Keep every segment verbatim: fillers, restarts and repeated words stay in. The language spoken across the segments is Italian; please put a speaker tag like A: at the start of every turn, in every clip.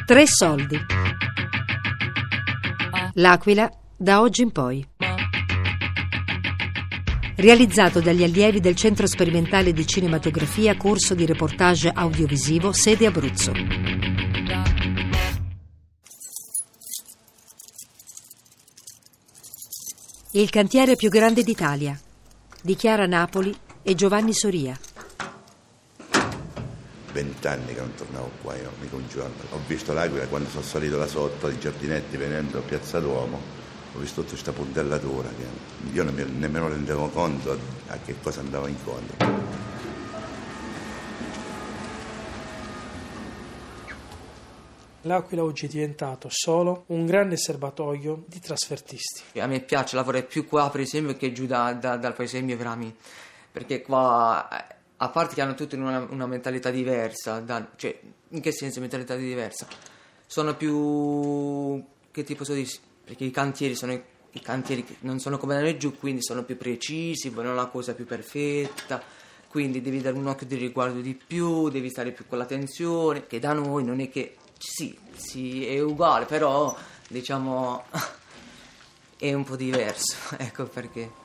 A: Tre soldi. L'Aquila da oggi in poi. Realizzato dagli allievi del Centro Sperimentale di Cinematografia, corso di reportage audiovisivo, sede Abruzzo. Il cantiere più grande d'Italia, di Chiara Napoli e Giovanni Soria.
B: Vent'anni che non tornavo qua, io mi congiurando. Ho visto l'Aquila quando sono salito là sotto, i giardinetti, venendo a Piazza Duomo. Ho visto tutta questa puntellatura che io non mi, nemmeno rendevo conto a che cosa andavo incontro.
C: L'Aquila oggi è diventato solo un grande serbatoio di trasfertisti.
D: A me piace lavorare più qua, per esempio, che giù da, da, dal paese mio, veramente. Perché qua, a parte che hanno tutti una, una mentalità diversa, da, cioè, in che senso mentalità diversa? Sono più, che tipo so di, perché i cantieri sono i cantieri che non sono come da noi giù, quindi sono più precisi, vogliono la cosa più perfetta, quindi devi dare un occhio di riguardo di più, devi stare più con l'attenzione, che da noi non è che, sì, sì, è uguale, però diciamo è un po' diverso, ecco perché.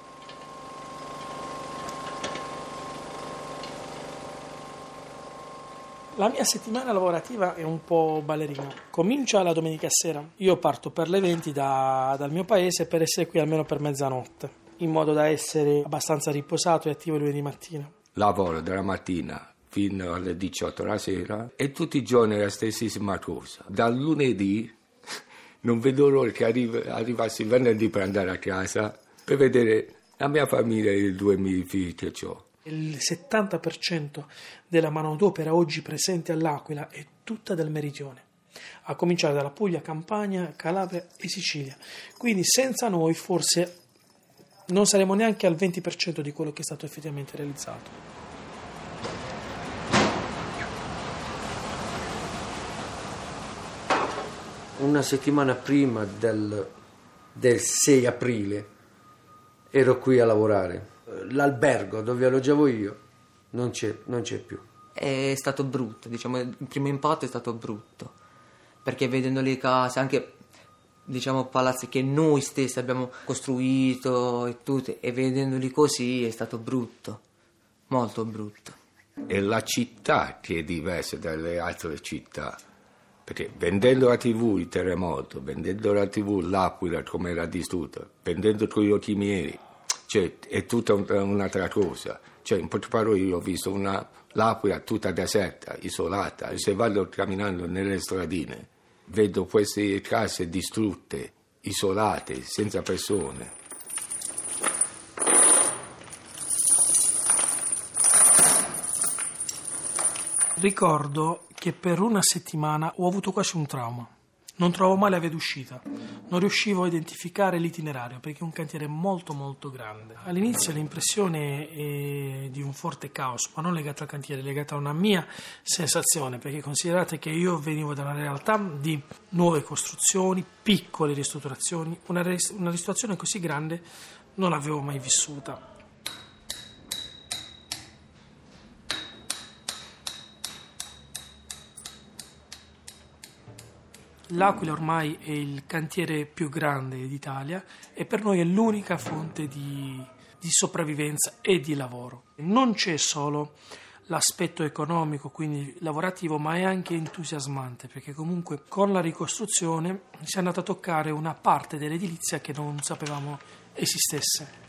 C: La mia settimana lavorativa è un po' ballerina. Comincia la domenica sera. Io parto per le venti da, dal mio paese per essere qui almeno per mezzanotte, in modo da essere abbastanza riposato e attivo lunedì mattina.
E: Lavoro dalla mattina fino alle diciotto la sera e tutti i giorni la stessissima cosa. Dal lunedì non vedo l'ora che arrivi, arrivassi il venerdì per andare a casa per vedere la mia famiglia e i due miei figli che ho.
C: Il settanta per cento della manodopera oggi presente all'Aquila è tutta del meridione, a cominciare dalla Puglia, Campania, Calabria e Sicilia. Quindi senza noi forse non saremo neanche al venti per cento di quello che è stato effettivamente realizzato.
F: Una settimana prima del, del sei aprile ero qui a lavorare. L'albergo dove alloggiavo io non c'è, non c'è più.
D: È stato brutto, diciamo, il primo impatto è stato brutto, perché vedendo le case, anche diciamo palazzi che noi stessi abbiamo costruito e tutto, e vedendoli così è stato brutto, molto brutto.
E: È la città che è diversa dalle altre città, perché vendendo la tivù il terremoto, vendendo la tivù l'Aquila come era distrutta, vendendo con gli occhi miei, cioè è tutta un'altra cosa. Cioè, in poche parole, io ho visto una, l'Aquila tutta deserta, isolata, e se vado camminando nelle stradine vedo queste case distrutte, isolate, senza persone.
C: Ricordo che per una settimana ho avuto quasi un trauma. Non trovavo mai la via d'uscita, non riuscivo a identificare l'itinerario perché è un cantiere molto molto grande. All'inizio l'impressione è di un forte caos, ma non legato al cantiere, legato a una mia sensazione, perché considerate che io venivo da una realtà di nuove costruzioni, piccole ristrutturazioni, una, ris- una ristrutturazione così grande non l'avevo mai vissuta. L'Aquila ormai è il cantiere più grande d'Italia e per noi è l'unica fonte di, di sopravvivenza e di lavoro. Non c'è solo l'aspetto economico, quindi lavorativo, ma è anche entusiasmante, perché comunque con la ricostruzione si è andata a toccare una parte dell'edilizia che non sapevamo esistesse.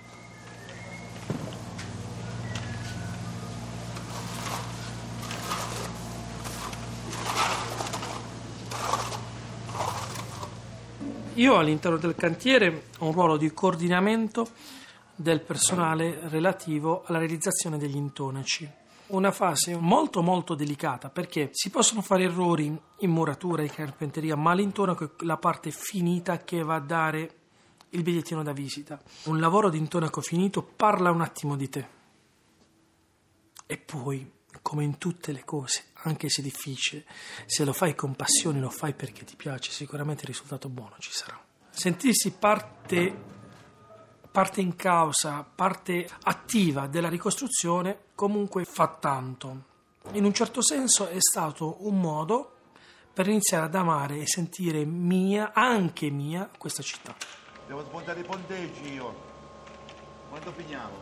C: Io all'interno del cantiere ho un ruolo di coordinamento del personale relativo alla realizzazione degli intonaci. Una fase molto molto delicata perché si possono fare errori in muratura e carpenteria, ma l'intonaco è la parte finita che va a dare il bigliettino da visita. Un lavoro di intonaco finito parla un attimo di te. E poi, come in tutte le cose, anche se difficile, se lo fai con passione, lo fai perché ti piace, sicuramente il risultato buono ci sarà. Sentirsi parte, parte in causa, parte attiva della ricostruzione, comunque fa tanto. In un certo senso è stato un modo per iniziare ad amare e sentire mia, anche mia, questa città.
B: Devo smontare i ponteggi io. Quando finiamo?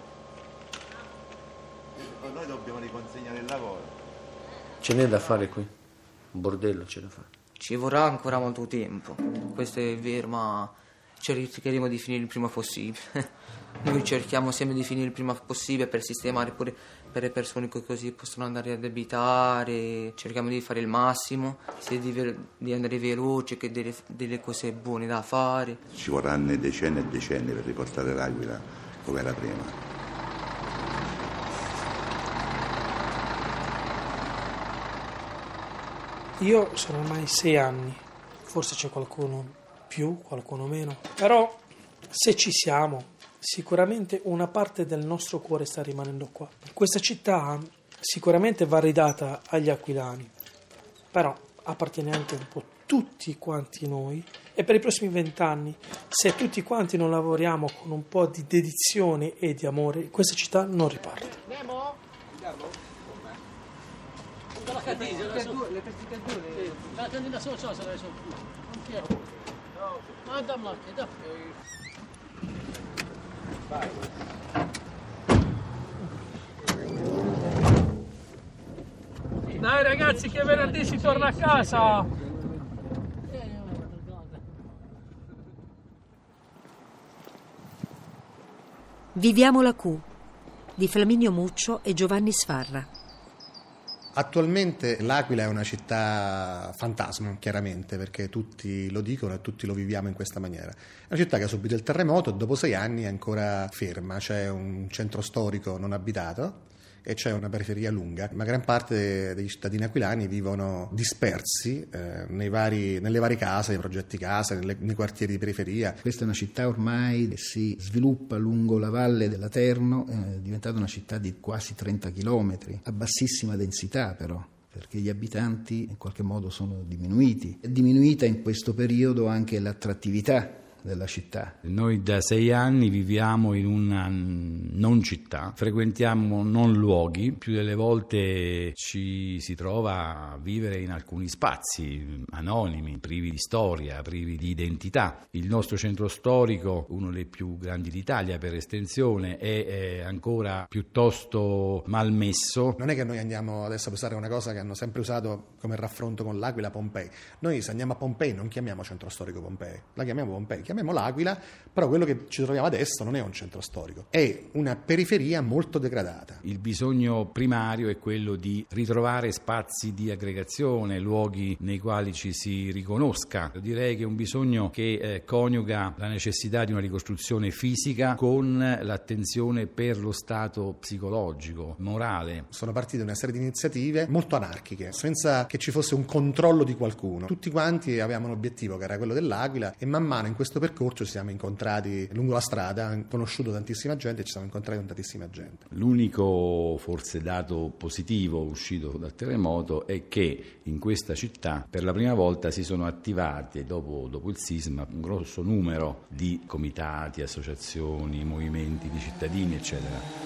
B: Noi dobbiamo riconsegnare il lavoro.
F: Ce n'è da fare qui, un bordello c'è da fare.
D: Ci vorrà ancora molto tempo, questo è vero, ma cercheremo di finire il prima possibile. Noi cerchiamo sempre di finire il prima possibile per sistemare pure per le persone che così possono andare ad abitare. Cerchiamo di fare il massimo, sia di, ver- di andare veloce che delle, delle cose buone da fare.
B: Ci vorranno decenni e decenni per riportare l'Aquila come era prima.
C: Io sono ormai sei anni, forse c'è qualcuno più, qualcuno meno, però se ci siamo, sicuramente una parte del nostro cuore sta rimanendo qua. Questa città sicuramente va ridata agli aquilani, però appartiene anche un po' tutti quanti noi, e per i prossimi vent'anni, se tutti quanti non lavoriamo con un po' di dedizione e di amore, questa città non riparte.
G: Memo? La cantina, le pezzicature. La cantina solo ciò sarà solo qui. Ok. Ma dammi là, da. Vai.
C: Dai ragazzi, che venerdì si torna a casa!
A: Viviamo la Q di Flaminio Muccio e Giovanni Sfarra.
H: Attualmente l'Aquila è una città fantasma, chiaramente, perché tutti lo dicono e tutti lo viviamo in questa maniera. È una città che ha subito il terremoto e dopo sei anni è ancora ferma, c'è un centro storico non abitato e c'è una periferia lunga, ma gran parte dei cittadini aquilani vivono dispersi eh, nei vari, nelle varie case, nei progetti case, nelle, nei quartieri di periferia.
I: Questa è una città ormai che si sviluppa lungo la valle dell'Aterno, è diventata una città di quasi trenta chilometri, a bassissima densità però, perché gli abitanti in qualche modo sono diminuiti. È diminuita in questo periodo anche l'attrattività della città.
J: Noi da sei anni viviamo in una non città, frequentiamo non luoghi, più delle volte ci si trova a vivere in alcuni spazi anonimi, privi di storia, privi di identità. Il nostro centro storico, uno dei più grandi d'Italia per estensione, è, è ancora piuttosto malmesso.
H: Non è che noi andiamo adesso a usare una cosa che hanno sempre usato come raffronto con l'Aquila, Pompei. Noi se andiamo a Pompei non chiamiamo centro storico Pompei, la chiamiamo Pompei. Chiamiamo l'Aquila, però quello che ci troviamo adesso non è un centro storico, è una periferia molto degradata.
J: Il bisogno primario è quello di ritrovare spazi di aggregazione, luoghi nei quali ci si riconosca. Io direi che è un bisogno che eh, coniuga la necessità di una ricostruzione fisica con l'attenzione per lo stato psicologico, morale.
H: Sono partite una serie di iniziative molto anarchiche, senza che ci fosse un controllo di qualcuno. Tutti quanti avevamo un obiettivo che era quello dell'Aquila e man mano in questo percorso ci siamo incontrati lungo la strada, hanno conosciuto tantissima gente e ci siamo incontrati con tantissima gente.
J: L'unico forse dato positivo uscito dal terremoto è che in questa città per la prima volta si sono attivati dopo, dopo il sisma un grosso numero di comitati, associazioni, movimenti di cittadini eccetera.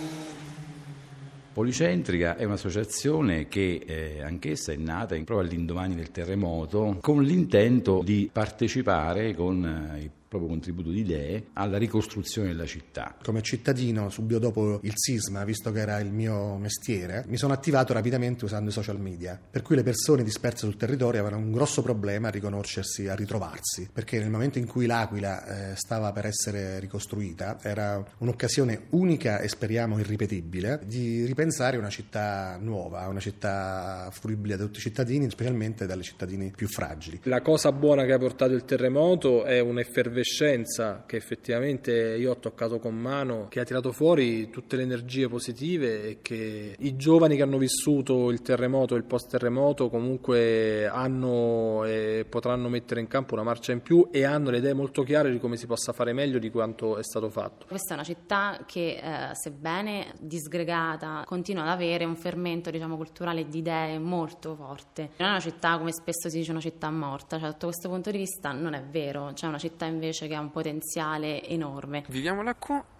J: Policentrica è un'associazione che eh, anch'essa è nata proprio all'indomani del terremoto con l'intento di partecipare con eh, il proprio contributo di idee alla ricostruzione della città.
H: Come cittadino, subito dopo il sisma, visto che era il mio mestiere, mi sono attivato rapidamente usando i social media, per cui le persone disperse sul territorio avevano un grosso problema a riconoscersi, a ritrovarsi, perché nel momento in cui l'Aquila eh, stava per essere ricostruita era un'occasione unica e speriamo irripetibile di ripensare una città nuova, una città fruibile da tutti i cittadini, specialmente dalle cittadini più fragili.
K: La cosa buona che ha portato il terremoto è un'effervescenza che effettivamente io ho toccato con mano, che ha tirato fuori tutte le energie positive e che i giovani che hanno vissuto il terremoto e il post terremoto comunque hanno e potranno mettere in campo una marcia in più e hanno le idee molto chiare di come si possa fare meglio di quanto è stato fatto.
L: Questa è una città che eh, sebbene disgregata continua ad avere un fermento, diciamo, culturale di idee molto forte. Non è una città, come spesso si dice, una città morta, cioè, sotto questo punto di vista non è vero, c'è una città invece che ha un potenziale enorme.
M: Viviamo là qua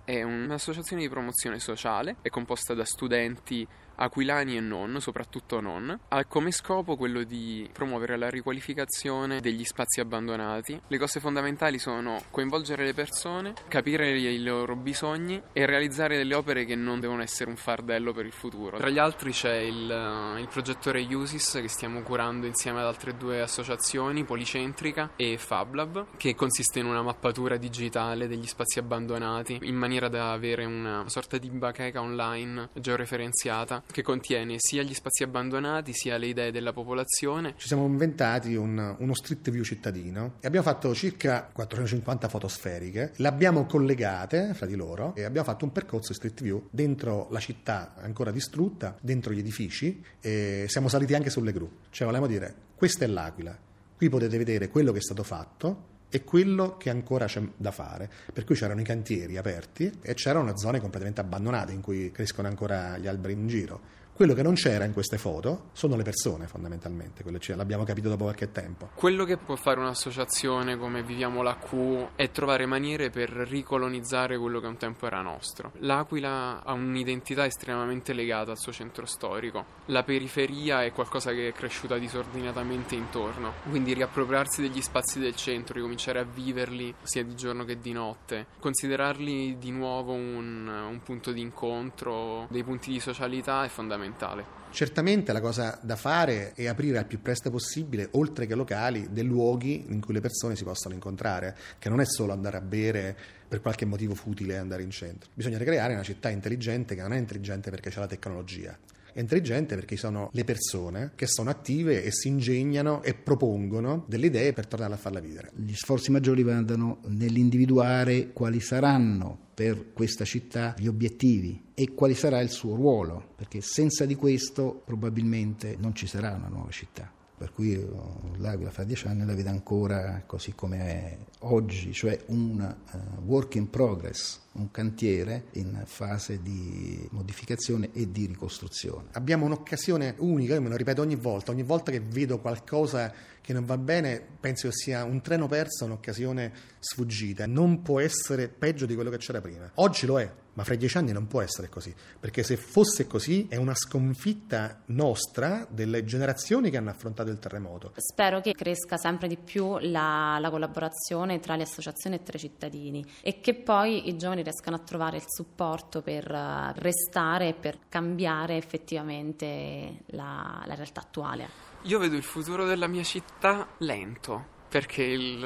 M: è un'associazione di promozione sociale, è composta da studenti aquilani e non, soprattutto non, ha come scopo quello di promuovere la riqualificazione degli spazi abbandonati. Le cose fondamentali sono coinvolgere le persone, capire i loro bisogni e realizzare delle opere che non devono essere un fardello per il futuro. Tra gli altri c'è il, il progetto Reusis che stiamo curando insieme ad altre due associazioni, Policentrica e FabLab, che consiste in una mappatura digitale degli spazi abbandonati in maniera da avere una sorta di bacheca online georeferenziata che contiene sia gli spazi abbandonati sia le idee della popolazione.
H: Ci siamo inventati un, uno street view cittadino e abbiamo fatto circa quattrocentocinquanta foto sferiche, le abbiamo collegate fra di loro e abbiamo fatto un percorso di street view dentro la città ancora distrutta, dentro gli edifici, e siamo saliti anche sulle gru. Cioè volevamo dire, questa è l'Aquila, qui potete vedere quello che è stato fatto e quello che ancora c'è da fare, per cui c'erano i cantieri aperti e c'erano zone completamente abbandonate in cui crescono ancora gli alberi in giro. Quello che non c'era in queste foto sono le persone, fondamentalmente, quello ce l'abbiamo capito dopo qualche tempo.
M: Quello che può fare un'associazione come Viviamo l'A-Q è trovare maniere per ricolonizzare quello che un tempo era nostro. L'Aquila ha un'identità estremamente legata al suo centro storico. La periferia è qualcosa che è cresciuta disordinatamente intorno, quindi riappropriarsi degli spazi del centro, ricominciare a viverli sia di giorno che di notte, considerarli di nuovo un, un punto di incontro, dei punti di socialità è fondamentale.
H: Certamente la cosa da fare è aprire al più presto possibile, oltre che locali, dei luoghi in cui le persone si possono incontrare, che non è solo andare a bere per qualche motivo futile e andare in centro. Bisogna ricreare una città intelligente che non è intelligente perché c'è la tecnologia. È intelligente perché sono le persone che sono attive e si ingegnano e propongono delle idee per tornare a farla vivere.
I: Gli sforzi maggiori vanno nell'individuare quali saranno per questa città gli obiettivi e quale sarà il suo ruolo, perché senza di questo probabilmente non ci sarà una nuova città. Per cui l'Aquila fra dieci anni la vede ancora così come è oggi, cioè un uh, work in progress, un cantiere in fase di modificazione e di ricostruzione.
H: Abbiamo un'occasione unica, io me lo ripeto ogni volta, ogni volta che vedo qualcosa che non va bene, penso che sia un treno perso, un'occasione sfuggita. Non può essere peggio di quello che c'era prima. Oggi lo è, ma fra dieci anni non può essere così, perché se fosse così è una sconfitta nostra, delle generazioni che hanno affrontato il terremoto.
L: Spero che cresca sempre di più la, la collaborazione tra le associazioni e tra i cittadini e che poi i giovani riescano a trovare il supporto per restare e per cambiare effettivamente la, la realtà attuale.
M: Io vedo il futuro della mia città lento, perché il,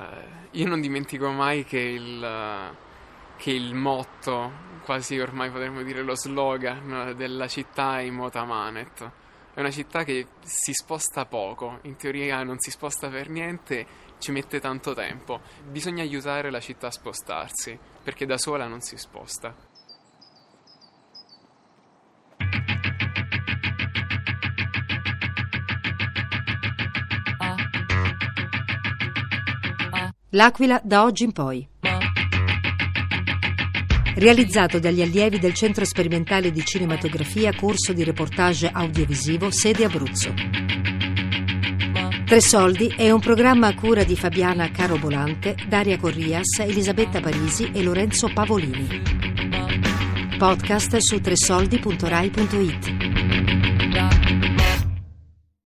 M: io non dimentico mai che il, che il motto, quasi ormai potremmo dire lo slogan della città è Imota Manet. È una città che si sposta poco, in teoria non si sposta per niente, ci mette tanto tempo. Bisogna aiutare la città a spostarsi, perché da sola non si sposta.
A: L'Aquila da oggi in poi. Realizzato dagli allievi del Centro Sperimentale di Cinematografia, corso di reportage audiovisivo, sede Abruzzo. Tre Soldi è un programma a cura di Fabiana Carobolante, Daria Corrias, Elisabetta Parisi e Lorenzo Pavolini. Podcast su tresoldi punto rai punto it.